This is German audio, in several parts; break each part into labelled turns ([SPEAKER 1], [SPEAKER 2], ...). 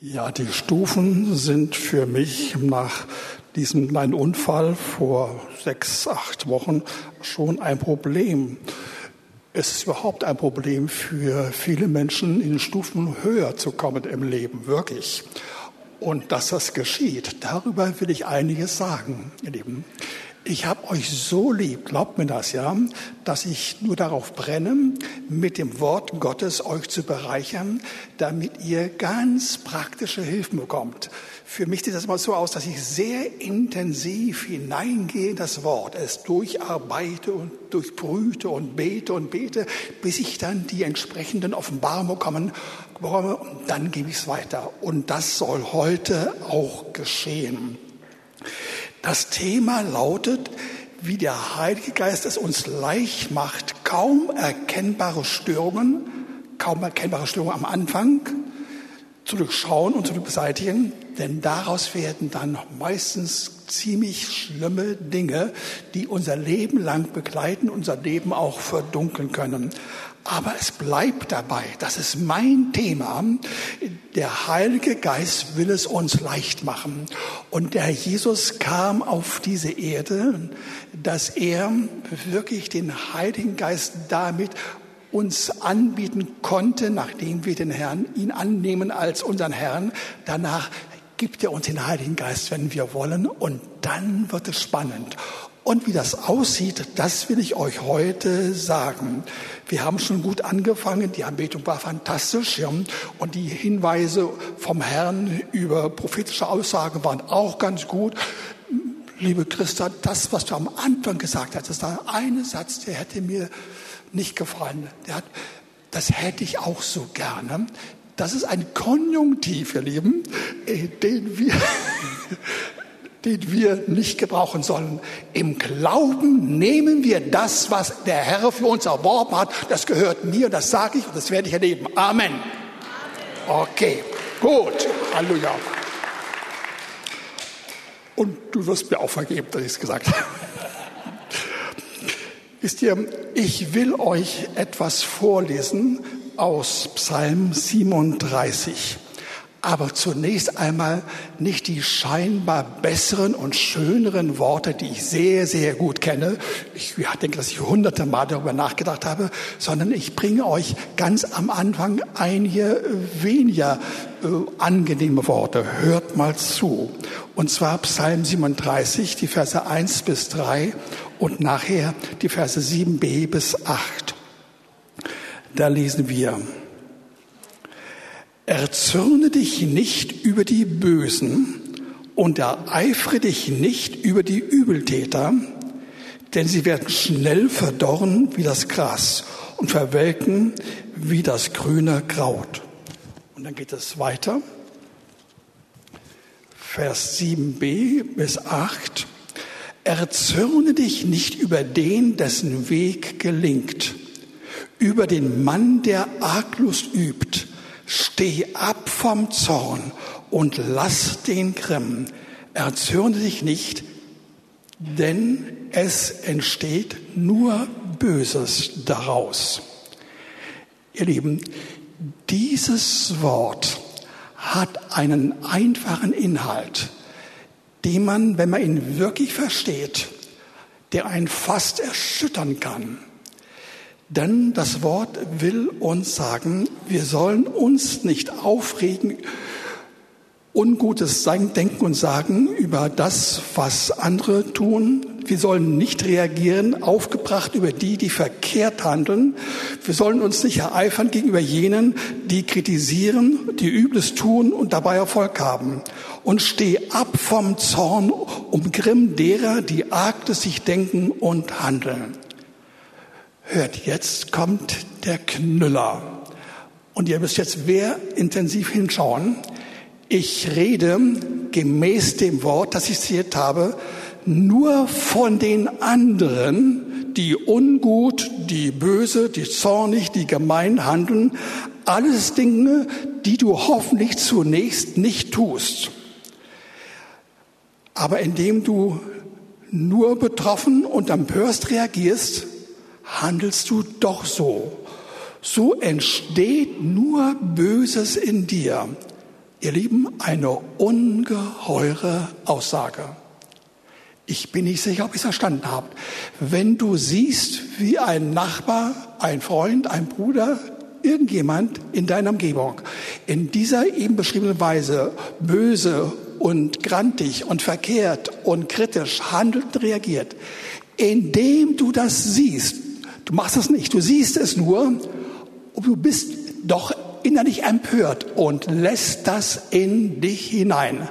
[SPEAKER 1] Ja, die Stufen sind für mich nach diesem kleinen Unfall vor 6, 8 Wochen schon ein Problem. Es ist überhaupt ein Problem für viele Menschen, in Stufen höher zu kommen im Leben, wirklich. Und dass das geschieht, darüber will ich einiges sagen, ihr Lieben. Ich habe euch so lieb, glaubt mir das, ja, dass ich nur darauf brenne, mit dem Wort Gottes euch zu bereichern, damit ihr ganz praktische Hilfen bekommt. Für mich sieht das mal so aus, dass ich sehr intensiv hineingehe in das Wort, es durcharbeite und durchbrüte und bete, bis ich dann die entsprechenden Offenbarungen bekomme und dann gebe ich es weiter. Und das soll heute auch geschehen. Das Thema lautet, wie der Heilige Geist es uns leicht macht, kaum erkennbare Störungen am Anfang zu durchschauen und zu beseitigen, denn daraus werden dann meistens ziemlich schlimme Dinge, die unser Leben lang begleiten, unser Leben auch verdunkeln können. Aber es bleibt dabei, das ist mein Thema, der Heilige Geist will es uns leicht machen. Und der Herr Jesus kam auf diese Erde, dass er wirklich den Heiligen Geist damit uns anbieten konnte, nachdem wir ihn annehmen als unseren Herrn. Danach gibt er uns den Heiligen Geist, wenn wir wollen, und dann wird es spannend. Und wie das aussieht, das will ich euch heute sagen. Wir haben schon gut angefangen, die Anbetung war fantastisch, ja, und die Hinweise vom Herrn über prophetische Aussagen waren auch ganz gut. Liebe Christa, das, was du am Anfang gesagt hast, das ist der eine Satz, der hätte mir nicht gefallen. Das hätte ich auch so gerne. Das ist ein Konjunktiv, ihr Lieben, den wir nicht gebrauchen sollen. Im Glauben nehmen wir das, was der Herr für uns erworben hat. Das gehört mir, das sage ich und das werde ich erleben. Amen. Okay, gut. Halleluja. Und du wirst mir auch vergeben, dass ich es gesagt habe. Wisst ihr, ich will euch etwas vorlesen aus Psalm 37. Aber zunächst einmal nicht die scheinbar besseren und schöneren Worte, die ich sehr, sehr gut kenne. Ich denke, dass ich hunderte Mal darüber nachgedacht habe, sondern ich bringe euch ganz am Anfang einige weniger angenehme Worte. Hört mal zu. Und zwar Psalm 37, die Verse 1 bis 3 und nachher die Verse 7b bis 8. Da lesen wir: Erzürne dich nicht über die Bösen und ereifere dich nicht über die Übeltäter, denn sie werden schnell verdorren wie das Gras und verwelken wie das grüne Kraut. Und dann geht es weiter. Vers 7b bis 8. Erzürne dich nicht über den, dessen Weg gelingt, über den Mann, der Arglist übt. Steh ab vom Zorn und lass den Grimm. Erzürne dich nicht, denn es entsteht nur Böses daraus. Ihr Lieben, dieses Wort hat einen einfachen Inhalt, den man, wenn man ihn wirklich versteht, der einen fast erschüttern kann. Denn das Wort will uns sagen, wir sollen uns nicht aufregen, Ungutes denken und sagen über das, was andere tun. Wir sollen nicht reagieren, aufgebracht über die verkehrt handeln. Wir sollen uns nicht ereifern gegenüber jenen, die kritisieren, die Übles tun und dabei Erfolg haben. Und steh ab vom Zorn um Grimm derer, die arglistig denken und handeln. Hört, jetzt kommt der Knüller. Und ihr müsst jetzt sehr intensiv hinschauen. Ich rede gemäß dem Wort, das ich zitiert habe, nur von den anderen, die ungut, die böse, die zornig, die gemein handeln. Alles Dinge, die du hoffentlich zunächst nicht tust. Aber indem du nur betroffen und empört reagierst, handelst du doch so. So entsteht nur Böses in dir. Ihr Lieben, eine ungeheure Aussage. Ich bin nicht sicher, ob ihr es verstanden habt. Wenn du siehst, wie ein Nachbar, ein Freund, ein Bruder, irgendjemand in deiner Umgebung in dieser eben beschriebenen Weise böse und grantig und verkehrt und kritisch handelt und reagiert, indem du das siehst, du machst das nicht, du siehst es nur und du bist doch innerlich empört und lässt das in dich hinein.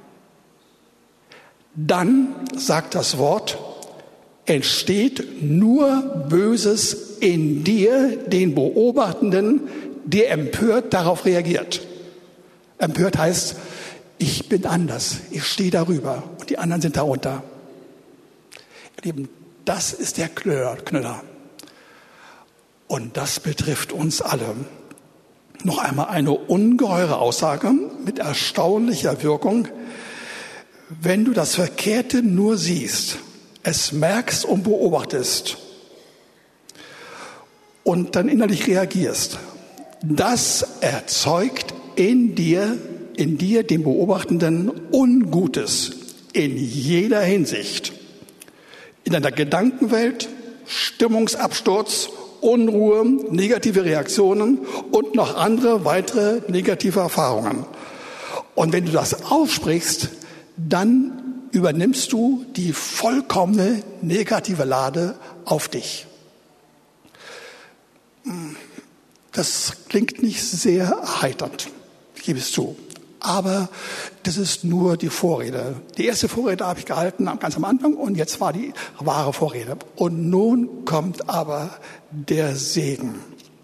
[SPEAKER 1] Dann, sagt das Wort, entsteht nur Böses in dir, den Beobachtenden, der empört darauf reagiert. Empört heißt, ich bin anders, ich stehe darüber und die anderen sind darunter. Ihr Lieben, das ist der Knüller. Und das betrifft uns alle. Noch einmal eine ungeheure Aussage mit erstaunlicher Wirkung. Wenn du das Verkehrte nur siehst, es merkst und beobachtest und dann innerlich reagierst, das erzeugt in dir, dem Beobachtenden, Ungutes in jeder Hinsicht. In deiner Gedankenwelt, Stimmungsabsturz, Unruhe, negative Reaktionen und noch andere weitere negative Erfahrungen. Und wenn du das aussprichst, dann übernimmst du die vollkommene negative Lade auf dich. Das klingt nicht sehr erheiternd, ich gebe es zu. Aber das ist nur die Vorrede. Die erste Vorrede habe ich gehalten ganz am Anfang und jetzt war die wahre Vorrede. Und nun kommt aber der Segen.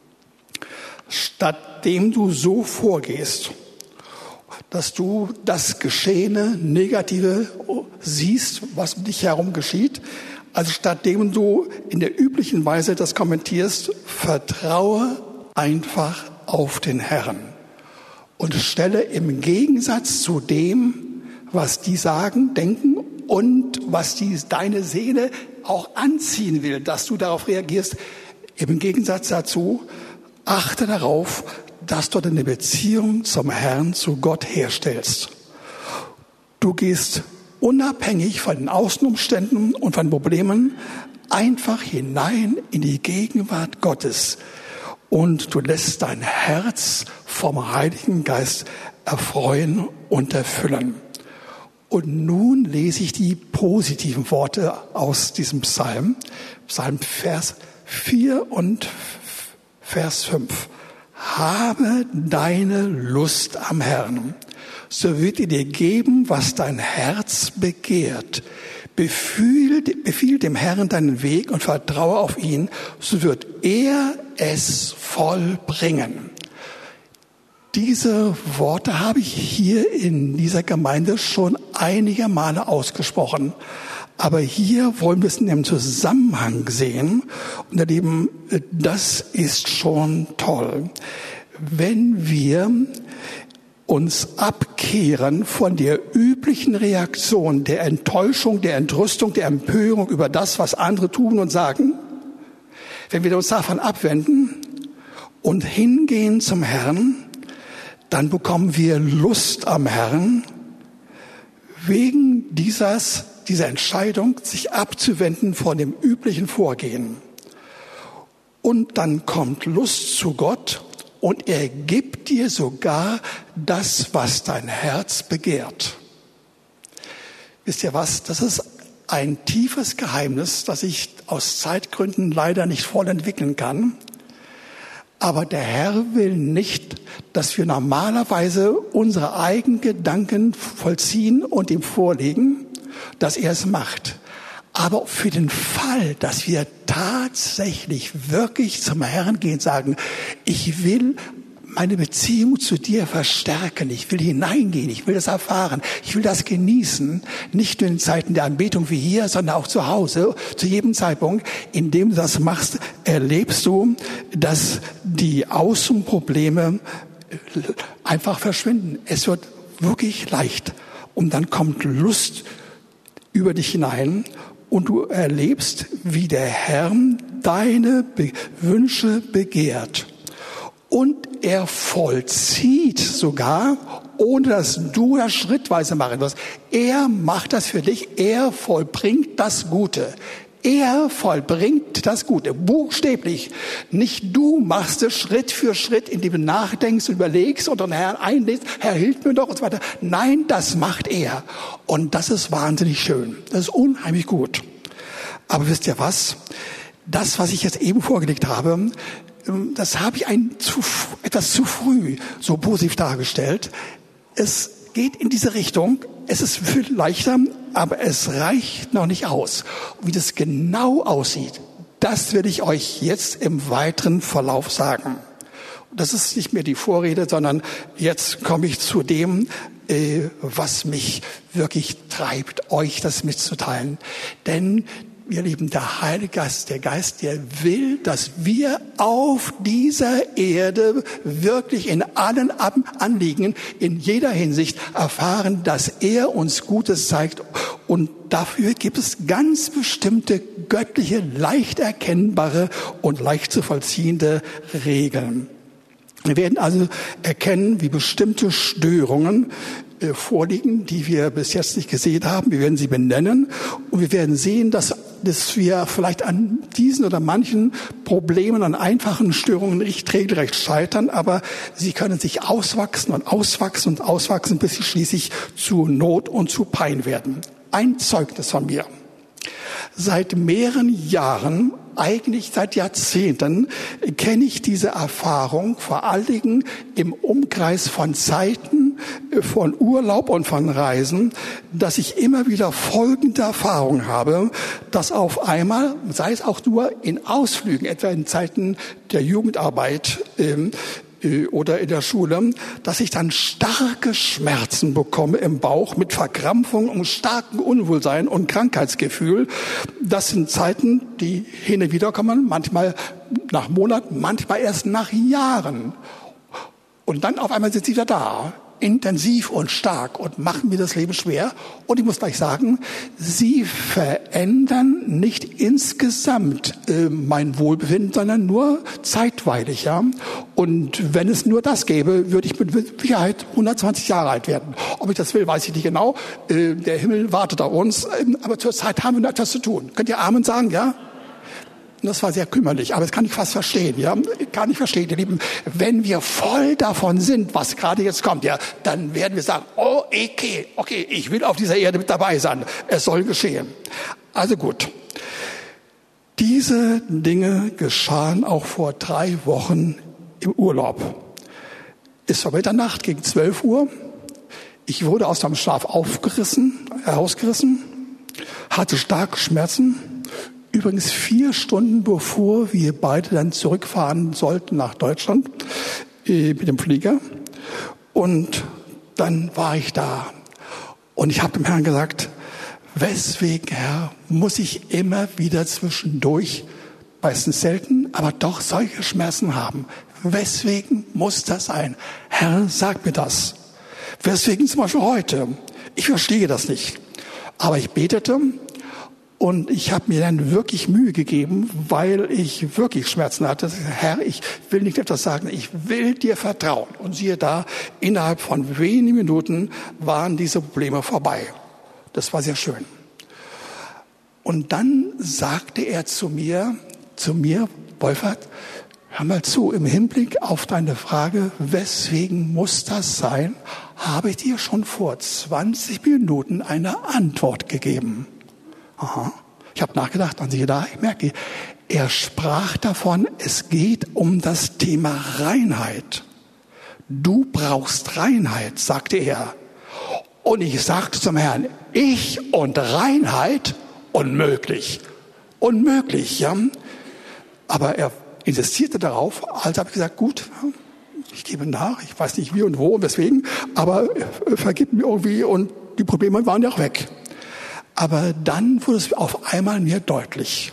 [SPEAKER 1] Stattdem du so vorgehst, dass du das Geschehene, Negative siehst, was um dich herum geschieht, also stattdem du in der üblichen Weise das kommentierst, vertraue einfach auf den Herrn. Und stelle im Gegensatz zu dem, was die sagen, denken und was deine Seele auch anziehen will, dass du darauf reagierst, im Gegensatz dazu, achte darauf, dass du eine Beziehung zum Herrn, zu Gott herstellst. Du gehst unabhängig von den Außenumständen und von Problemen einfach hinein in die Gegenwart Gottes. Und du lässt dein Herz vom Heiligen Geist erfreuen und erfüllen. Und nun lese ich die positiven Worte aus diesem Psalm. Psalm Vers 4 und Vers 5. Habe deine Lust am Herrn, so wird er dir geben, was dein Herz begehrt. Befiehl dem Herrn deinen Weg und vertraue auf ihn, so wird er es vollbringen. Diese Worte habe ich hier in dieser Gemeinde schon einige Male ausgesprochen. Aber hier wollen wir es in einem Zusammenhang sehen und erleben, das ist schon toll. Wenn wir uns abkehren von der üblichen Reaktion, der Enttäuschung, der Entrüstung, der Empörung über das, was andere tun und sagen, wenn wir uns davon abwenden und hingehen zum Herrn, dann bekommen wir Lust am Herrn, wegen dieser Entscheidung, sich abzuwenden von dem üblichen Vorgehen. Und dann kommt Lust zu Gott und er gibt dir sogar das, was dein Herz begehrt. Wisst ihr was? Das ist ein tiefes Geheimnis, das ich aus Zeitgründen leider nicht voll entwickeln kann. Aber der Herr will nicht, dass wir normalerweise unsere eigenen Gedanken vollziehen und ihm vorlegen, dass er es macht. Aber für den Fall, dass wir tatsächlich wirklich zum Herrn gehen und sagen, ich will meine Beziehung zu dir verstärken, ich will hineingehen, ich will das erfahren, ich will das genießen, nicht nur in Zeiten der Anbetung wie hier, sondern auch zu Hause, zu jedem Zeitpunkt. Indem du das machst, erlebst du, dass die Außenprobleme einfach verschwinden. Es wird wirklich leicht und dann kommt Lust über dich hinein und du erlebst, wie der Herr deine Wünsche begehrt. Und er vollzieht sogar ohne dass du das schrittweise machen wirst. Er macht das für dich. Er vollbringt das Gute. Er vollbringt das Gute, buchstäblich. Nicht du machst es Schritt für Schritt, indem du nachdenkst und überlegst und den Herrn einlädst, Herr, hilf mir doch und so weiter. Nein, das macht er. Und das ist wahnsinnig schön. Das ist unheimlich gut. Aber wisst ihr was? Das, was ich jetzt eben vorgelegt habe, das habe ich etwas zu früh so positiv dargestellt. Es geht in diese Richtung. Es ist viel leichter, aber es reicht noch nicht aus. Und wie das genau aussieht, das werde ich euch jetzt im weiteren Verlauf sagen. Das ist nicht mehr die Vorrede, sondern jetzt komme ich zu dem, was mich wirklich treibt, euch das mitzuteilen. Denn ihr Lieben, der Heilige Geist, der Geist, der will, dass wir auf dieser Erde wirklich in allen Anliegen, in jeder Hinsicht erfahren, dass er uns Gutes zeigt. Und dafür gibt es ganz bestimmte göttliche, leicht erkennbare und leicht zu vollziehende Regeln. Wir werden also erkennen, wie bestimmte Störungen vorliegen, die wir bis jetzt nicht gesehen haben. Wir werden sie benennen und wir werden sehen, dass wir vielleicht an diesen oder manchen Problemen, an einfachen Störungen nicht regelrecht scheitern, aber sie können sich auswachsen und auswachsen und auswachsen, bis sie schließlich zu Not und zu Pein werden. Ein Zeugnis von mir. Seit mehreren Jahren, eigentlich seit Jahrzehnten, kenne ich diese Erfahrung, vor allen Dingen im Umkreis von Zeiten, von Urlaub und von Reisen, dass ich immer wieder folgende Erfahrung habe, dass auf einmal, sei es auch nur in Ausflügen, etwa in Zeiten der Jugendarbeit, oder in der Schule, dass ich dann starke Schmerzen bekomme im Bauch mit Verkrampfung und starkem Unwohlsein und Krankheitsgefühl. Das sind Zeiten, die hin und wieder kommen, manchmal nach Monaten, manchmal erst nach Jahren. Und dann auf einmal sind sie wieder da, intensiv und stark und machen mir das Leben schwer. Und ich muss gleich sagen, sie verändern nicht insgesamt mein Wohlbefinden, sondern nur zeitweilig. Ja? Und wenn es nur das gäbe, würde ich mit Sicherheit 120 Jahre alt werden. Ob ich das will, weiß ich nicht genau. Der Himmel wartet auf uns. Aber zurzeit haben wir noch etwas zu tun. Könnt ihr Amen sagen, ja? Das war sehr kümmerlich, aber das kann ich fast verstehen, ja. Kann ich verstehen, ihr Lieben. Wenn wir voll davon sind, was gerade jetzt kommt, ja, dann werden wir sagen, oh, okay, ich will auf dieser Erde mit dabei sein. Es soll geschehen. Also gut. Diese Dinge geschahen auch vor 3 Wochen im Urlaub. Es war Mitternacht gegen 12 Uhr. Ich wurde aus dem Schlaf herausgerissen, hatte starke Schmerzen. Übrigens 4 Stunden bevor wir beide dann zurückfahren sollten nach Deutschland mit dem Flieger. Und dann war ich da. Und ich habe dem Herrn gesagt, weswegen, Herr, muss ich immer wieder zwischendurch, meistens selten, aber doch solche Schmerzen haben? Weswegen muss das sein? Herr, sag mir das. Weswegen zum Beispiel heute? Ich verstehe das nicht. Aber ich betete. Und ich habe mir dann wirklich Mühe gegeben, weil ich wirklich Schmerzen hatte. Herr, ich will nicht etwas sagen, ich will dir vertrauen. Und siehe da, innerhalb von wenigen Minuten waren diese Probleme vorbei. Das war sehr schön. Und dann sagte er zu mir, Wolfert, hör mal zu, im Hinblick auf deine Frage, weswegen muss das sein, habe ich dir schon vor 20 Minuten eine Antwort gegeben. Aha. Ich habe nachgedacht, und siehe da, ich merke, er sprach davon, es geht um das Thema Reinheit. Du brauchst Reinheit, sagte er. Und ich sagte zum Herrn, ich und Reinheit, unmöglich. Unmöglich, ja. Aber er insistierte darauf, also habe ich gesagt, gut, ich gebe nach, ich weiß nicht wie und wo und weswegen, aber vergib mir irgendwie und die Probleme waren ja auch weg. Aber dann wurde es auf einmal mir deutlich.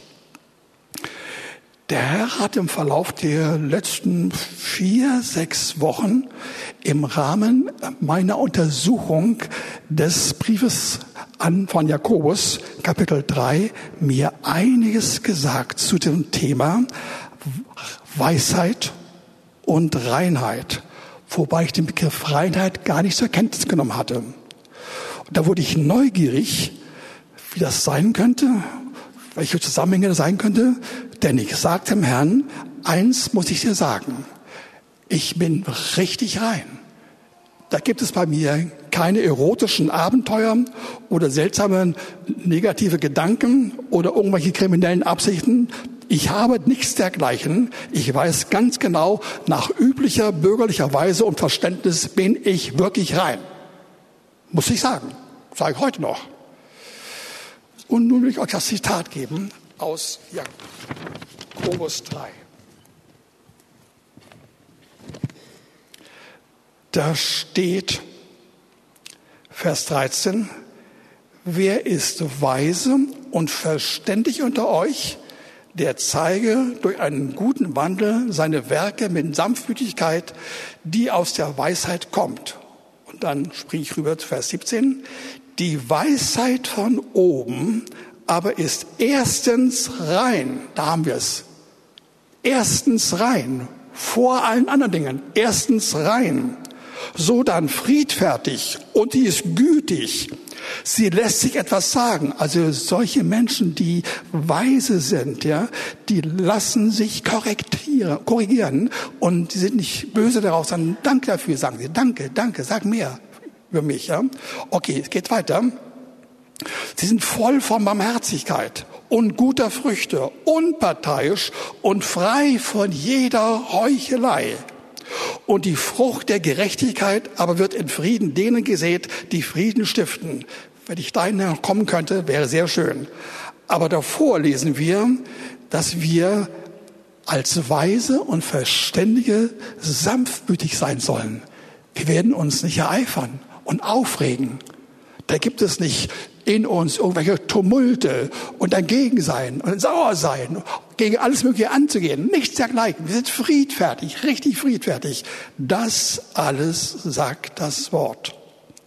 [SPEAKER 1] Der Herr hat im Verlauf der letzten 4-6 Wochen im Rahmen meiner Untersuchung des Briefes von Jakobus, Kapitel 3, mir einiges gesagt zu dem Thema Weisheit und Reinheit. wobei ich den Begriff Reinheit gar nicht zur Kenntnis genommen hatte. Und da wurde ich neugierig, wie das sein könnte, welche Zusammenhänge das sein könnte, denn ich sagte dem Herrn, eins muss ich dir sagen, ich bin richtig rein. Da gibt es bei mir keine erotischen Abenteuer oder seltsame negative Gedanken oder irgendwelche kriminellen Absichten. Ich habe nichts dergleichen. Ich weiß ganz genau, nach üblicher bürgerlicher Weise und Verständnis bin ich wirklich rein. Muss ich sagen. Sage ich heute noch. Und nun will ich euch das Zitat geben aus Jakobus 3. Da steht, Vers 13, wer ist weise und verständig unter euch, der zeige durch einen guten Wandel seine Werke mit Sanftmütigkeit, die aus der Weisheit kommt. Und dann springe ich rüber zu Vers 17. Die Weisheit von oben aber ist erstens rein. Da haben wir es. Erstens rein. Vor allen anderen Dingen. Erstens rein. So dann friedfertig und die ist gütig. Sie lässt sich etwas sagen. Also solche Menschen, die weise sind, ja, die lassen sich korrigieren und die sind nicht böse darauf, sondern danke dafür, sagen sie. Danke, sag mehr über mich. Ja. Okay, es geht weiter. Sie sind voll von Barmherzigkeit und guter Früchte, unparteiisch und frei von jeder Heuchelei. Und die Frucht der Gerechtigkeit aber wird in Frieden denen gesät, die Frieden stiften. Wenn ich dahin kommen könnte, wäre sehr schön. Aber davor lesen wir, dass wir als Weise und Verständige sanftmütig sein sollen. Wir werden uns nicht ereifern und aufregen. Da gibt es nicht in uns irgendwelche Tumulte und dagegen sein und sauer sein, gegen alles Mögliche anzugehen. Nichts dergleichen. Wir sind friedfertig, richtig friedfertig. Das alles sagt das Wort.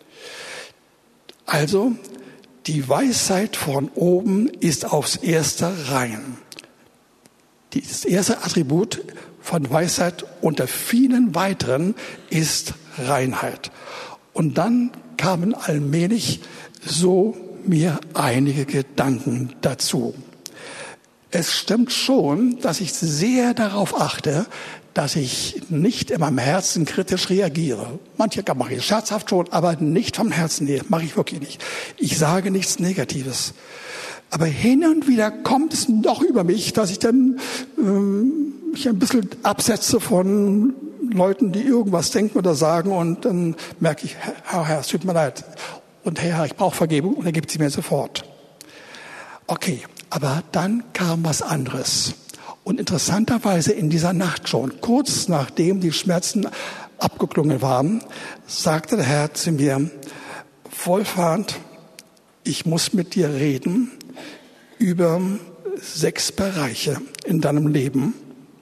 [SPEAKER 1] Also, die Weisheit von oben ist aufs Erste rein. Das erste Attribut von Weisheit unter vielen weiteren ist Reinheit. Und dann kamen allmählich so mir einige Gedanken dazu. Es stimmt schon, dass ich sehr darauf achte, dass ich nicht in meinem Herzen kritisch reagiere. Manche mache ich scherzhaft schon, aber nicht vom Herzen. Nee, mache ich wirklich nicht. Ich sage nichts Negatives. Aber hin und wieder kommt es doch über mich, dass ich dann mich ein bisschen absetze von Leuten, die irgendwas denken oder sagen, und dann merke ich, Herr, es tut mir leid. Und Herr, ich brauche Vergebung, und er gibt sie mir sofort. Okay, aber dann kam was anderes. Und interessanterweise in dieser Nacht schon, kurz nachdem die Schmerzen abgeklungen waren, sagte der Herr zu mir, Wolfhard, ich muss mit dir reden über 6 Bereiche in deinem Leben.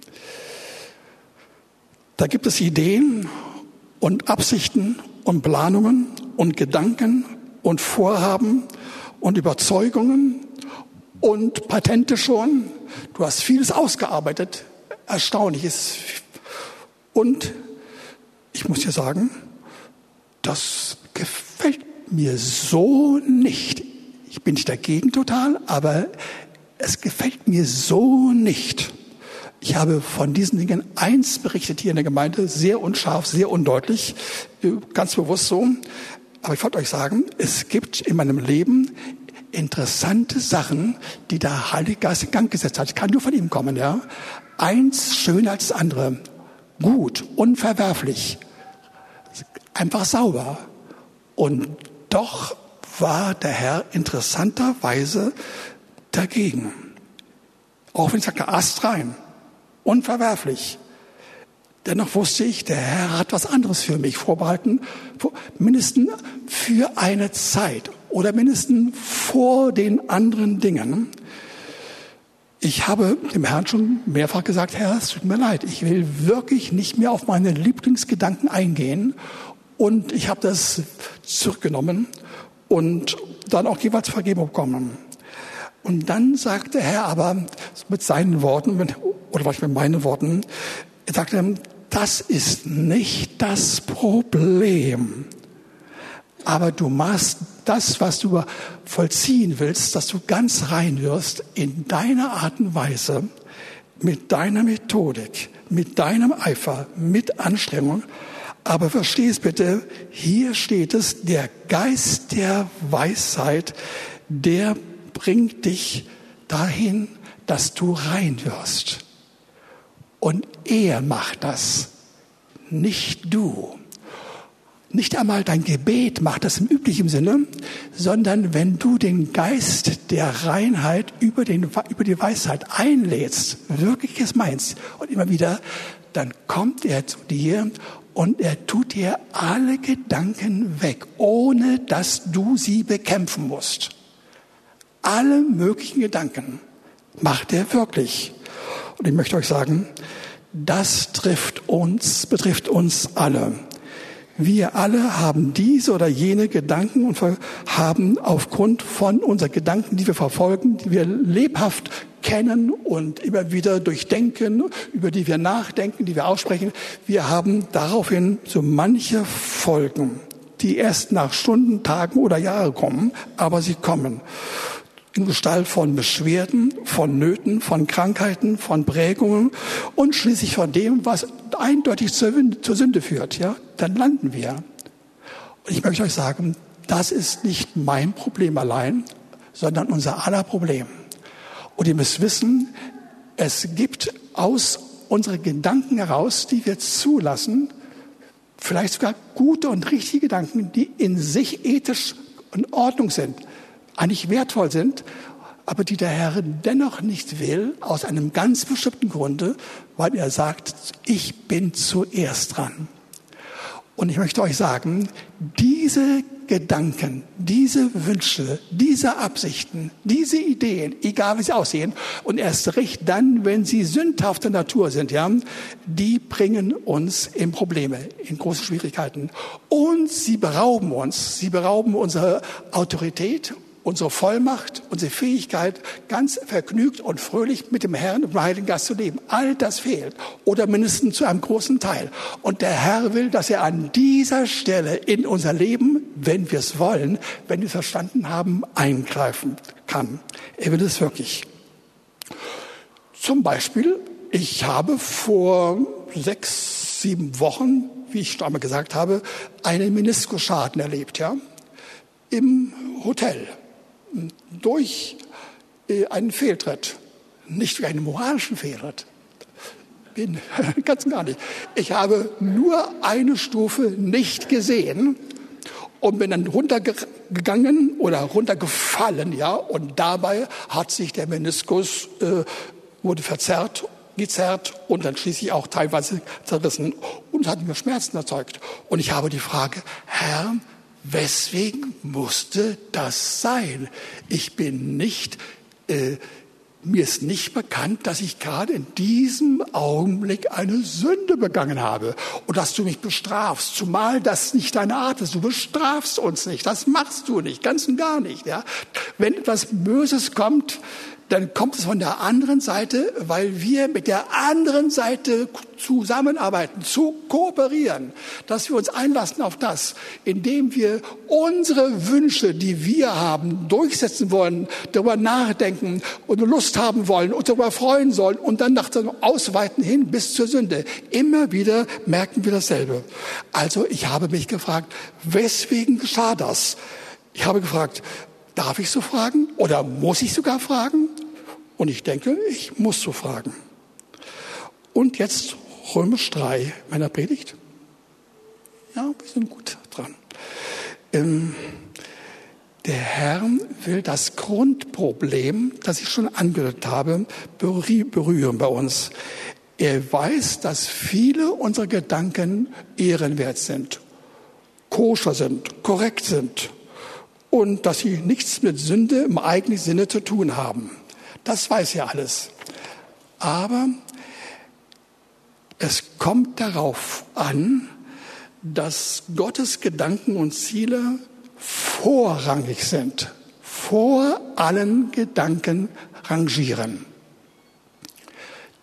[SPEAKER 1] Da gibt es Ideen und Absichten und Planungen und Gedanken und Vorhaben und Überzeugungen und Patente schon. Du hast vieles ausgearbeitet, Erstaunliches. Und ich muss dir sagen, das gefällt mir so nicht. Ich bin nicht dagegen total, aber es gefällt mir so nicht. Ich habe von diesen Dingen eins berichtet hier in der Gemeinde, sehr unscharf, sehr undeutlich, ganz bewusst so. Aber ich wollte euch sagen, es gibt in meinem Leben interessante Sachen, die der Heilige Geist in Gang gesetzt hat. Ich kann nur von ihm kommen, ja. Eins schöner als das andere. Gut, unverwerflich, einfach sauber. Und doch war der Herr interessanterweise dagegen. Auch wenn ich sage, astrein, unverwerflich. Dennoch wusste ich, der Herr hat was anderes für mich vorbehalten, mindestens für eine Zeit oder mindestens vor den anderen Dingen. Ich habe dem Herrn schon mehrfach gesagt, Herr, es tut mir leid, ich will wirklich nicht mehr auf meine Lieblingsgedanken eingehen. Und ich habe das zurückgenommen und dann auch jeweils Vergebung bekommen. Und dann sagte der Herr aber mit seinen Worten, oder was mit meinen Worten, er sagte, das ist nicht das Problem. Aber du machst das, was du vollziehen willst, dass du ganz rein wirst in deiner Art und Weise, mit deiner Methodik, mit deinem Eifer, mit Anstrengung. Aber versteh es bitte, hier steht es, der Geist der Weisheit, der bringt dich dahin, dass du rein wirst. Und er macht das, nicht du. Nicht einmal dein Gebet macht das im üblichen Sinne, sondern wenn du den Geist der Reinheit über die Weisheit einlädst, wirklich es meinst und immer wieder, dann kommt er zu dir und er tut dir alle Gedanken weg, ohne dass du sie bekämpfen musst. Alle möglichen Gedanken macht er wirklich. Und ich möchte euch sagen, das betrifft uns alle. Wir alle haben diese oder jene Gedanken und haben aufgrund von unseren Gedanken, die wir verfolgen, die wir lebhaft kennen und immer wieder durchdenken, über die wir nachdenken, die wir aussprechen, wir haben daraufhin so manche Folgen, die erst nach Stunden, Tagen oder Jahren kommen, aber sie kommen. In Gestalt von Beschwerden, von Nöten, von Krankheiten, von Prägungen und schließlich von dem, was eindeutig zur Sünde führt. Ja, dann landen wir. Und ich möchte euch sagen, das ist nicht mein Problem allein, sondern unser aller Problem. Und ihr müsst wissen, es gibt aus unseren Gedanken heraus, die wir zulassen, vielleicht sogar gute und richtige Gedanken, die in sich ethisch in Ordnung sind, eigentlich wertvoll sind, aber die der Herr dennoch nicht will, aus einem ganz bestimmten Grunde, weil er sagt, ich bin zuerst dran. Und ich möchte euch sagen, diese Gedanken, diese Wünsche, diese Absichten, diese Ideen, egal wie sie aussehen, und erst recht dann, wenn sie sündhafter Natur sind, ja, die bringen uns in Probleme, in große Schwierigkeiten. Und sie berauben unsere Autorität, unsere Vollmacht, unsere Fähigkeit, ganz vergnügt und fröhlich mit dem Herrn und dem Heiligen Geist zu leben. All das fehlt. Oder mindestens zu einem großen Teil. Und der Herr will, dass er an dieser Stelle in unser Leben, wenn wir es wollen, wenn wir es verstanden haben, eingreifen kann. Er will es wirklich. Zum Beispiel, ich habe vor 6, 7 Wochen, wie ich schon einmal gesagt habe, einen Meniskusschaden erlebt, ja, im Hotel. Durch einen Fehltritt, nicht durch einen moralischen Fehltritt, ganz und gar nicht. Ich habe nur eine Stufe nicht gesehen und bin dann runtergegangen oder runtergefallen, ja, und dabei hat sich der Meniskus wurde gezerrt und dann schließlich auch teilweise zerrissen und hat mir Schmerzen erzeugt. Und ich habe die Frage, Herr, weswegen musste das sein? Mir ist nicht bekannt, dass ich gerade in diesem Augenblick eine Sünde begangen habe und dass du mich bestrafst, zumal das nicht deine Art ist. Du bestrafst uns nicht, das machst du nicht, ganz und gar nicht. Ja? Wenn etwas Böses kommt, dann kommt es von der anderen Seite, weil wir mit der anderen Seite zusammenarbeiten, kooperieren, dass wir uns einlassen auf das, indem wir unsere Wünsche, die wir haben, durchsetzen wollen, darüber nachdenken und Lust haben wollen und darüber freuen sollen und dann nach dem Ausweiten hin bis zur Sünde. Immer wieder merken wir dasselbe. Also ich habe mich gefragt, weswegen geschah das? Ich habe gefragt, darf ich so fragen oder muss ich sogar fragen? Und ich denke, ich muss so fragen. Und jetzt Römisch 3 meiner Predigt. Ja, wir sind gut dran. Der Herr will das Grundproblem, das ich schon angedeutet habe, berühren bei uns. Er weiß, dass viele unserer Gedanken ehrenwert sind, koscher sind, korrekt sind. Und dass sie nichts mit Sünde im eigenen Sinne zu tun haben. Das weiß er alles. Aber es kommt darauf an, dass Gottes Gedanken und Ziele vorrangig sind, vor allen Gedanken rangieren.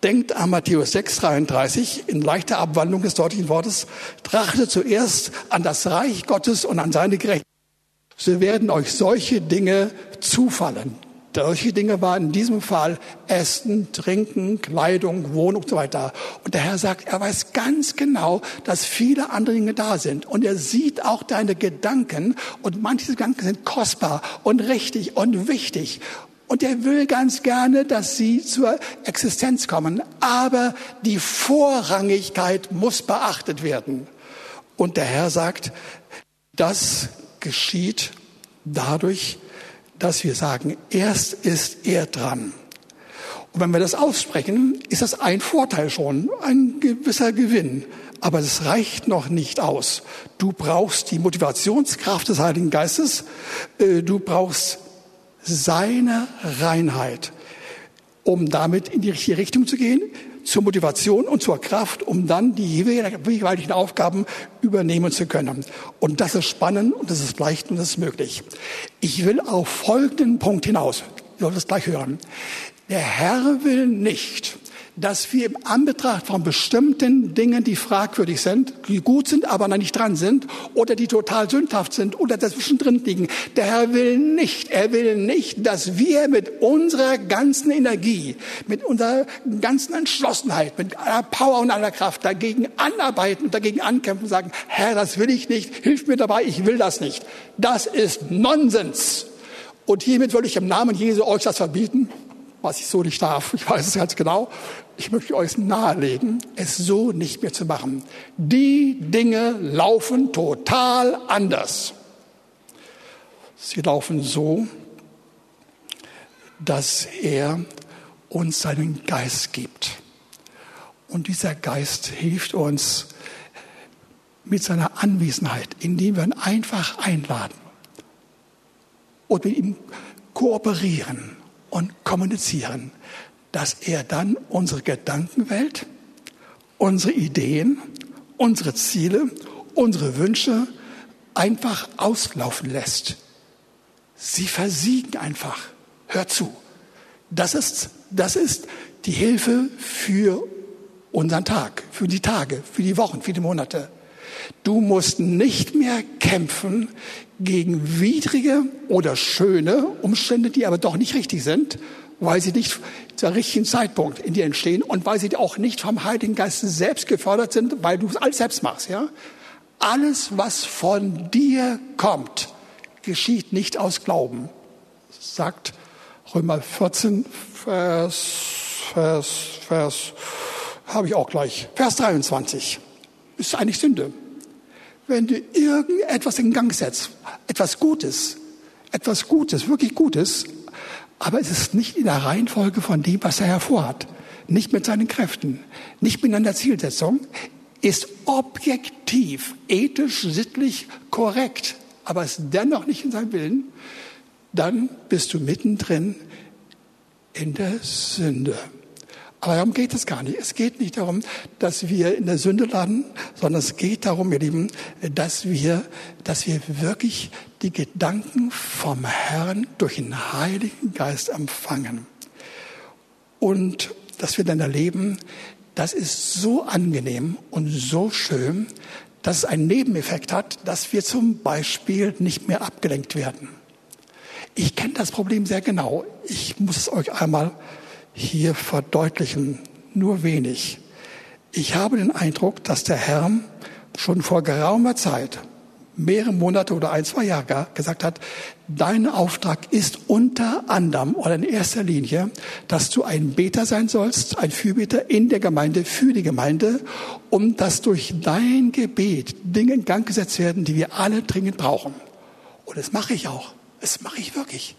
[SPEAKER 1] denkt an Matthäus 6,33 in leichter Abwandlung des deutlichen Wortes: Trachtet zuerst an das Reich Gottes und an seine Gerechtigkeit, so werden euch solche Dinge zufallen. Solche Dinge waren in diesem Fall Essen, Trinken, Kleidung, Wohnung und so weiter. Und der Herr sagt, er weiß ganz genau, dass viele andere Dinge da sind. Und er sieht auch deine Gedanken. Und manche Gedanken sind kostbar und richtig und wichtig. Und er will ganz gerne, dass sie zur Existenz kommen. Aber die Vorrangigkeit muss beachtet werden. Und der Herr sagt, das geschieht dadurch, dass wir sagen, erst ist er dran. Und wenn wir das aussprechen, ist das ein Vorteil schon, ein gewisser Gewinn. Aber es reicht noch nicht aus. Du brauchst die Motivationskraft des Heiligen Geistes. Du brauchst seine Reinheit, um damit in die richtige Richtung zu gehen, zur Motivation und zur Kraft, um dann die jeweiligen Aufgaben übernehmen zu können. Und das ist spannend und das ist leicht und das ist möglich. Ich will auf folgenden Punkt hinaus. Ihr sollt es gleich hören. Der Herr will nicht, dass wir im Anbetracht von bestimmten Dingen, die fragwürdig sind, die gut sind, aber noch nicht dran sind, oder die total sündhaft sind oder dazwischen drin liegen. Der Herr will nicht, dass wir mit unserer ganzen Energie, mit unserer ganzen Entschlossenheit, mit aller Power und aller Kraft dagegen anarbeiten und dagegen ankämpfen und sagen, Herr, das will ich nicht, hilf mir dabei, ich will das nicht. Das ist Nonsens. Und hiermit will ich im Namen Jesu euch das verbieten, was ich so nicht darf. Ich weiß es ganz genau. Ich möchte euch nahelegen, es so nicht mehr zu machen. Die Dinge laufen total anders. Sie laufen so, dass er uns seinen Geist gibt. Und dieser Geist hilft uns mit seiner Anwesenheit, indem wir ihn einfach einladen und mit ihm kooperieren und kommunizieren, dass er dann unsere Gedankenwelt, unsere Ideen, unsere Ziele, unsere Wünsche einfach auslaufen lässt. Sie versiegen einfach. Hör zu. Das ist die Hilfe für unseren Tag, für die Tage, für die Wochen, für die Monate. Du musst nicht mehr kämpfen gegen widrige oder schöne Umstände, die aber doch nicht richtig sind, weil sie nicht zum richtigen Zeitpunkt in dir entstehen und weil sie auch nicht vom Heiligen Geist selbst gefördert sind, weil du es alles selbst machst. Ja? Alles, was von dir kommt, geschieht nicht aus Glauben, sagt Römer 14, habe ich auch gleich, Vers 23. Ist eigentlich Sünde. Wenn du irgendetwas in Gang setzt, etwas Gutes, wirklich Gutes, aber es ist nicht in der Reihenfolge von dem, was er hervorhat, nicht mit seinen Kräften, nicht mit einer Zielsetzung, ist objektiv, ethisch, sittlich korrekt, aber ist dennoch nicht in seinem Willen, dann bist du mittendrin in der Sünde. Aber darum geht es gar nicht. Es geht nicht darum, dass wir in der Sünde landen, sondern es geht darum, ihr Lieben, dass wir wirklich die Gedanken vom Herrn durch den Heiligen Geist empfangen. Und dass wir dann erleben, das ist so angenehm und so schön, dass es einen Nebeneffekt hat, dass wir zum Beispiel nicht mehr abgelenkt werden. Ich kenne das Problem sehr genau. Ich muss es euch einmal hier verdeutlichen, nur wenig. Ich habe den Eindruck, dass der Herr schon vor geraumer Zeit, mehrere Monate oder 1-2 Jahre gesagt hat, dein Auftrag ist unter anderem oder in erster Linie, dass du ein Beter sein sollst, ein Fürbeter in der Gemeinde, für die Gemeinde, um dass durch dein Gebet Dinge in Gang gesetzt werden, die wir alle dringend brauchen. Und das mache ich auch. Das mache ich wirklich.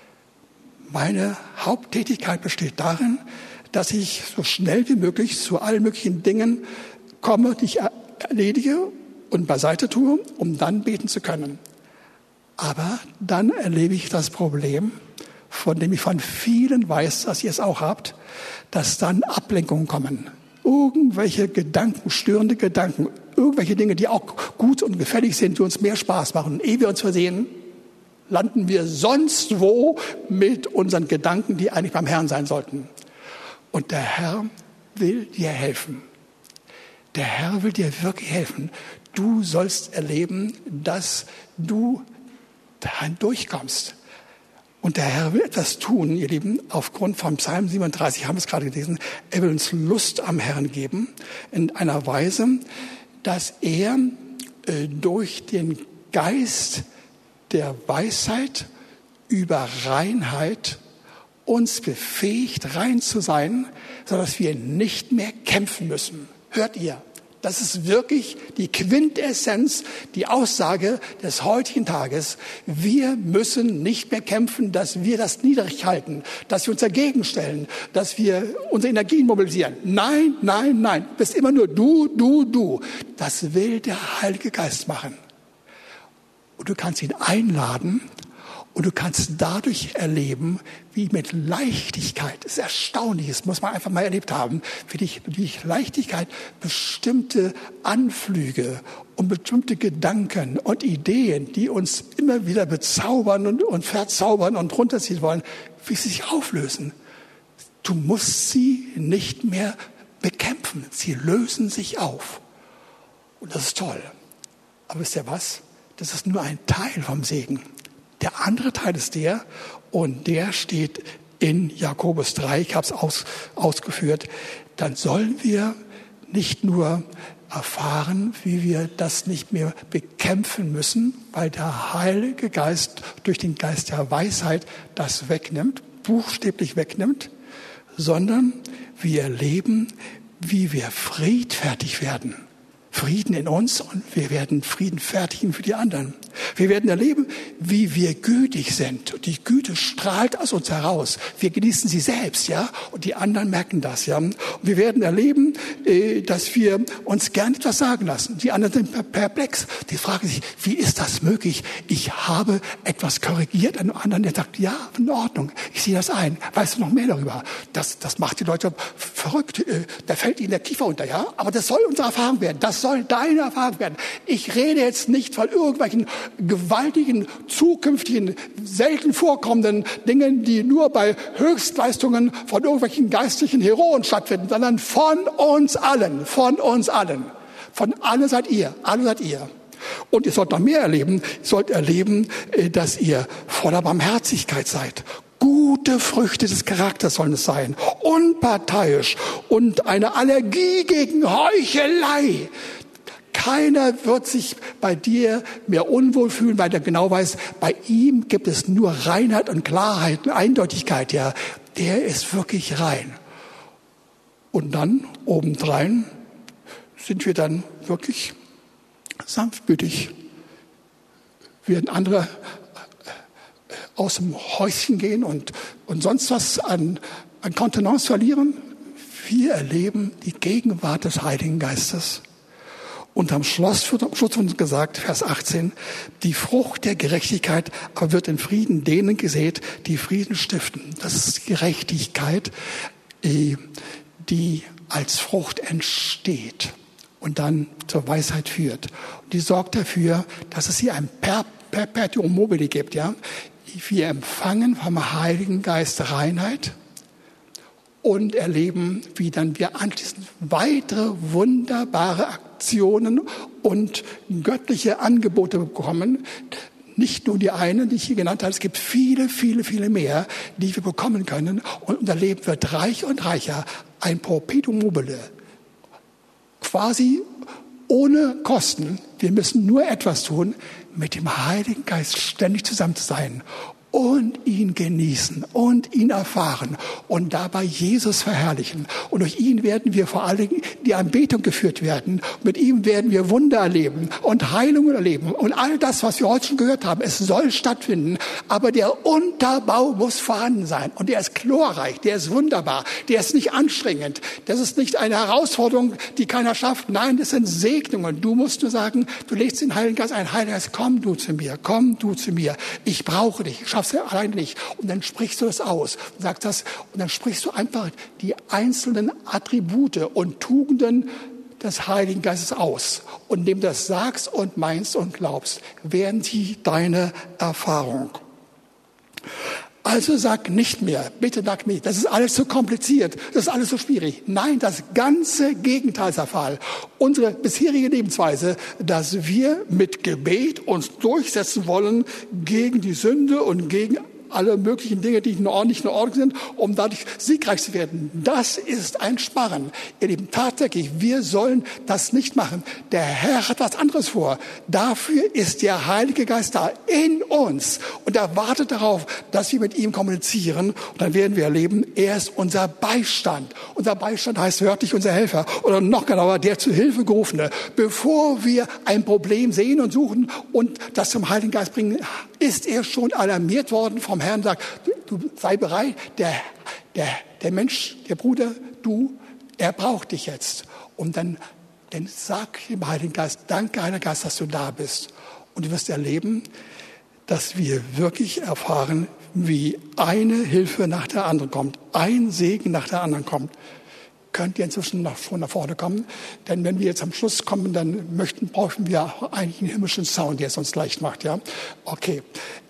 [SPEAKER 1] Meine Haupttätigkeit besteht darin, dass ich so schnell wie möglich zu allen möglichen Dingen komme, die ich erledige und beiseite tue, um dann beten zu können. Aber dann erlebe ich das Problem, von dem ich von vielen weiß, dass ihr es auch habt, dass dann Ablenkungen kommen. Irgendwelche Gedanken, störende Gedanken, irgendwelche Dinge, die auch gut und gefällig sind, die uns mehr Spaß machen. Und ehe wir uns versehen, landen wir sonst wo mit unseren Gedanken, die eigentlich beim Herrn sein sollten. Und der Herr will dir helfen. Der Herr will dir wirklich helfen. Du sollst erleben, dass du dahin durchkommst. Und der Herr will etwas tun, ihr Lieben, aufgrund von Psalm 37, haben wir es gerade gelesen. Er will uns Lust am Herrn geben, in einer Weise, dass er durch den Geist der Weisheit über Reinheit uns befähigt, rein zu sein, sodass wir nicht mehr kämpfen müssen. Hört ihr? Das ist wirklich die Quintessenz, die Aussage des heutigen Tages. Wir müssen nicht mehr kämpfen, dass wir das niedrig halten, dass wir uns dagegen stellen, dass wir unsere Energien mobilisieren. Nein, nein, nein. Du bist immer nur du. Das will der Heilige Geist machen. Und du kannst ihn einladen und du kannst dadurch erleben, wie mit Leichtigkeit, das ist erstaunlich, das muss man einfach mal erlebt haben, wie Leichtigkeit bestimmte Anflüge und bestimmte Gedanken und Ideen, die uns immer wieder bezaubern und verzaubern und runterziehen wollen, wie sie sich auflösen. Du musst sie nicht mehr bekämpfen, sie lösen sich auf. Und das ist toll. Aber wisst ihr was? Das ist nur ein Teil vom Segen. Der andere Teil ist der, und der steht in Jakobus 3, ich habe es ausgeführt, dann sollen wir nicht nur erfahren, wie wir das nicht mehr bekämpfen müssen, weil der Heilige Geist durch den Geist der Weisheit das wegnimmt, buchstäblich wegnimmt, sondern wir erleben, wie wir friedfertig werden. Frieden in uns und wir werden Frieden fertigen für die anderen. Wir werden erleben, wie wir gütig sind. Und die Güte strahlt aus uns heraus. Wir genießen sie selbst, ja, und die anderen merken das, ja. Und wir werden erleben, dass wir uns gern etwas sagen lassen. Die anderen sind perplex. Die fragen sich, wie ist das möglich? Ich habe etwas korrigiert an einem anderen, der sagt, ja, in Ordnung, ich sehe das ein. Weißt du noch mehr darüber? Das macht die Leute verrückt. Da fällt ihnen der Kiefer unter, ja. Aber das soll unsere Erfahrung werden. Das soll deine Erfahrung werden. Ich rede jetzt nicht von irgendwelchen gewaltigen, zukünftigen, selten vorkommenden Dingen, die nur bei Höchstleistungen von irgendwelchen geistlichen Heroen stattfinden, sondern von uns allen. Von alle seid ihr. Und ihr sollt noch mehr erleben. Ihr sollt erleben, dass ihr voller Barmherzigkeit seid. Gute Früchte des Charakters sollen es sein. Unparteiisch und eine Allergie gegen Heuchelei. Keiner wird sich bei dir mehr unwohl fühlen, weil er genau weiß, bei ihm gibt es nur Reinheit und Klarheit und Eindeutigkeit. Ja, der ist wirklich rein. Und dann obendrein sind wir dann wirklich sanftmütig. Werden andere aus dem Häuschen gehen und sonst was an Kontenance verlieren. Wir erleben die Gegenwart des Heiligen Geistes. Und am Schluss wird uns gesagt, Vers 18, die Frucht der Gerechtigkeit aber wird in Frieden denen gesät, die Frieden stiften. Das ist Gerechtigkeit, die als Frucht entsteht und dann zur Weisheit führt. Und die sorgt dafür, dass es hier ein Perpetuum mobile gibt, ja. Wir empfangen vom Heiligen Geist Reinheit und erleben, wie dann wir anschließend weitere wunderbare Aktionen und göttliche Angebote bekommen. Nicht nur die eine, die ich hier genannt habe, es gibt viele, viele, viele mehr, die wir bekommen können. Und unser Leben wird reicher und reicher. Ein Perpetuum mobile. Quasi ohne Kosten. Wir müssen nur etwas tun, mit dem Heiligen Geist ständig zusammen zu sein und ihn genießen und ihn erfahren und dabei Jesus verherrlichen. Und durch ihn werden wir vor allen Dingen die Anbetung geführt werden. Mit ihm werden wir Wunder erleben und Heilungen erleben. Und all das, was wir heute schon gehört haben, es soll stattfinden. Aber der Unterbau muss vorhanden sein. Und der ist glorreich, der ist wunderbar, der ist nicht anstrengend. Das ist nicht eine Herausforderung, die keiner schafft. Nein, das sind Segnungen. Du musst nur sagen, du legst den Heiligen Geist ein. Heiliger Geist, komm du zu mir. Ich brauche dich. Ich schaff's ja alleine nicht. Und dann sprichst du das aus. Und sagst das, und dann sprichst du einfach die einzelnen Attribute und Tugenden des Heiligen Geistes aus. Und indem du das sagst und meinst und glaubst, werden sie deine Erfahrung. Also sag nicht mehr, bitte sag nicht, das ist alles so kompliziert, das ist alles so schwierig. Nein, das ganze Gegenteil ist der Fall. Unsere bisherige Lebensweise, dass wir mit Gebet uns durchsetzen wollen gegen die Sünde und gegen alle möglichen Dinge, die nicht in Ordnung sind, um dadurch siegreich zu werden. Das ist ein Sparen. Ihr Lieben, tatsächlich, wir sollen das nicht machen. Der Herr hat was anderes vor. Dafür ist der Heilige Geist da in uns und er wartet darauf, dass wir mit ihm kommunizieren und dann werden wir erleben, er ist unser Beistand. Unser Beistand heißt wörtlich unser Helfer oder noch genauer, der zu Hilfe gerufene. Bevor wir ein Problem sehen und suchen und das zum Heiligen Geist bringen, ist er schon alarmiert worden vom Herrn, sagt, du sei bereit, der Mensch, der Bruder, er braucht dich jetzt. Und dann sag dem Heiligen Geist, danke Heiliger Geist, dass du da bist. Und du wirst erleben, dass wir wirklich erfahren, wie eine Hilfe nach der anderen kommt, ein Segen nach der anderen kommt. Könnt ihr inzwischen schon nach vorne kommen? Denn wenn wir jetzt am Schluss kommen, dann brauchen wir eigentlich einen himmlischen Sound, der es uns leicht macht. Ja? Okay.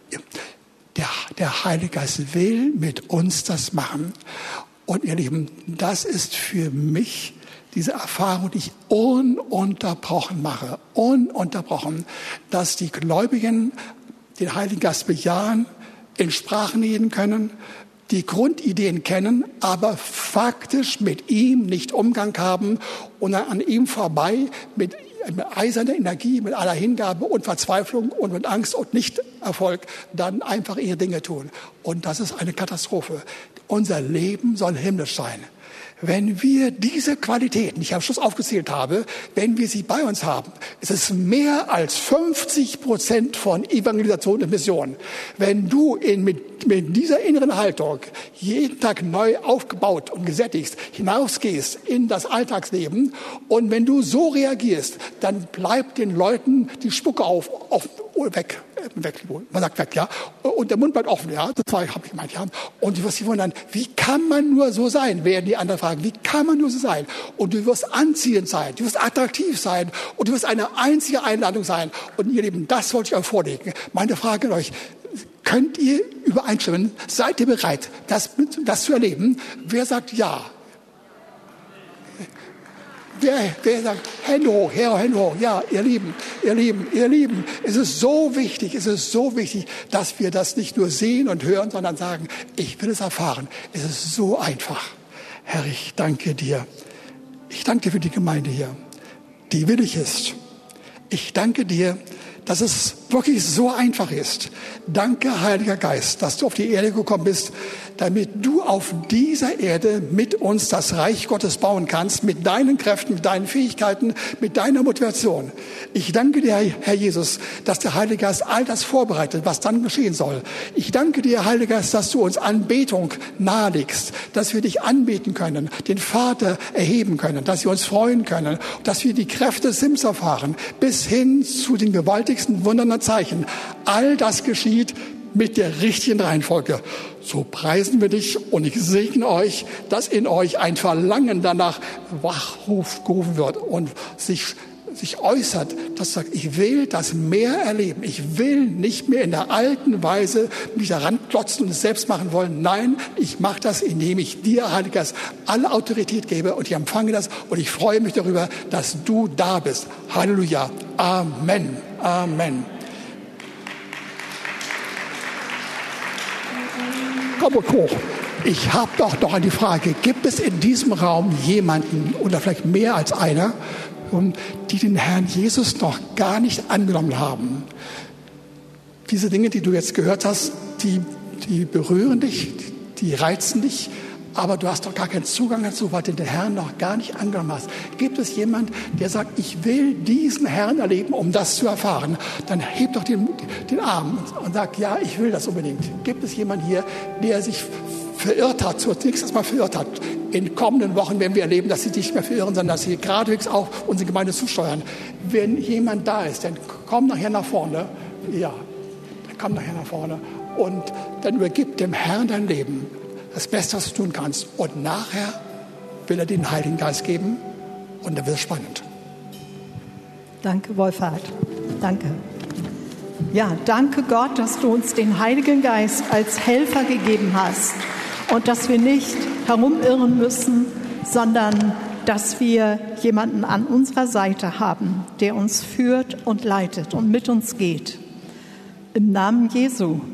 [SPEAKER 1] Der Heilige Geist will mit uns das machen. Und ihr Lieben, das ist für mich diese Erfahrung, die ich ununterbrochen mache. Ununterbrochen. Dass die Gläubigen den Heiligen Geist bejahen, in Sprachen reden können, die Grundideen kennen, aber faktisch mit ihm nicht Umgang haben und an ihm vorbei mit eiserner Energie, mit aller Hingabe und Verzweiflung und mit Angst und Nichterfolg dann einfach ihre Dinge tun. Und das ist eine Katastrophe. Unser Leben soll himmlisch sein. Wenn wir diese Qualitäten, die ich am Schluss aufgezählt habe, wenn wir sie bei uns haben, ist es mehr als 50% von Evangelisation und Mission. Wenn du mit dieser inneren Haltung jeden Tag neu aufgebaut und gesättigt hinausgehst in das Alltagsleben und wenn du so reagierst, dann bleibt den Leuten die Spucke weg. Man sagt weg, ja. Und der Mund bleibt offen, ja. Das habe ich gemeint, ja. Und du wirst dich wundern, wie kann man nur so sein? Werden die anderen fragen, wie kann man nur so sein? Und du wirst anziehend sein, du wirst attraktiv sein und du wirst eine einzige Einladung sein. Und ihr Lieben, das wollte ich euch vorlegen. Meine Frage an euch, könnt ihr übereinstimmen? Seid ihr bereit, das zu erleben? Wer sagt ja? Wer sagt, Hände hoch, Hände hoch. Ja, ihr Lieben. Es ist so wichtig, dass wir das nicht nur sehen und hören, sondern sagen, ich will es erfahren. Es ist so einfach. Herr, ich danke dir. Ich danke dir für die Gemeinde hier, die willig ist. Ich danke dir, dass es wirklich so einfach ist. Danke, Heiliger Geist, dass du auf die Erde gekommen bist, damit du auf dieser Erde mit uns das Reich Gottes bauen kannst, mit deinen Kräften, mit deinen Fähigkeiten, mit deiner Motivation. Ich danke dir, Herr Jesus, dass der Heilige Geist all das vorbereitet, was dann geschehen soll. Ich danke dir, Heiliger Geist, dass du uns Anbetung nahelegst, dass wir dich anbeten können, den Vater erheben können, dass wir uns freuen können, dass wir die Kräfte des Himmels erfahren, bis hin zu den gewaltigsten Wundern und Zeichen. All das geschieht mit der richtigen Reihenfolge. So preisen wir dich und ich segne euch, dass in euch ein Verlangen danach wachgerufen wird und sich äußert, dass sagt, ich will das mehr erleben. Ich will nicht mehr in der alten Weise mich daran klotzen und es selbst machen wollen. Nein, ich mache das, indem ich dir, Heiliger Geist, alle Autorität gebe und ich empfange das und ich freue mich darüber, dass du da bist. Halleluja. Amen. Amen. Komm hoch. Ich habe doch noch eine Frage. Gibt es in diesem Raum jemanden oder vielleicht mehr als einer, die den Herrn Jesus noch gar nicht angenommen haben? Diese Dinge, die du jetzt gehört hast, die berühren dich, die reizen dich, aber du hast doch gar keinen Zugang dazu, weil du den Herrn noch gar nicht angenommen hast. Gibt es jemand, der sagt, ich will diesen Herrn erleben, um das zu erfahren? Dann heb doch den Arm und sag, ja, ich will das unbedingt. Gibt es jemand hier, der sich verirrt hat, zunächst mal verirrt hat? In kommenden Wochen werden wir erleben, dass sie nicht mehr verirren, sondern dass sie geradewegs auf unsere Gemeinde zusteuern. Wenn jemand da ist, dann komm nachher nach vorne. Ja, dann komm nachher nach vorne und dann übergib dem Herrn dein Leben. Das Beste, was du tun kannst. Und nachher will er den Heiligen Geist geben und dann wird es spannend.
[SPEAKER 2] Danke, Wolfhard. Danke. Ja, danke Gott, dass du uns den Heiligen Geist als Helfer gegeben hast und dass wir nicht herumirren müssen, sondern dass wir jemanden an unserer Seite haben, der uns führt und leitet und mit uns geht. Im Namen Jesu.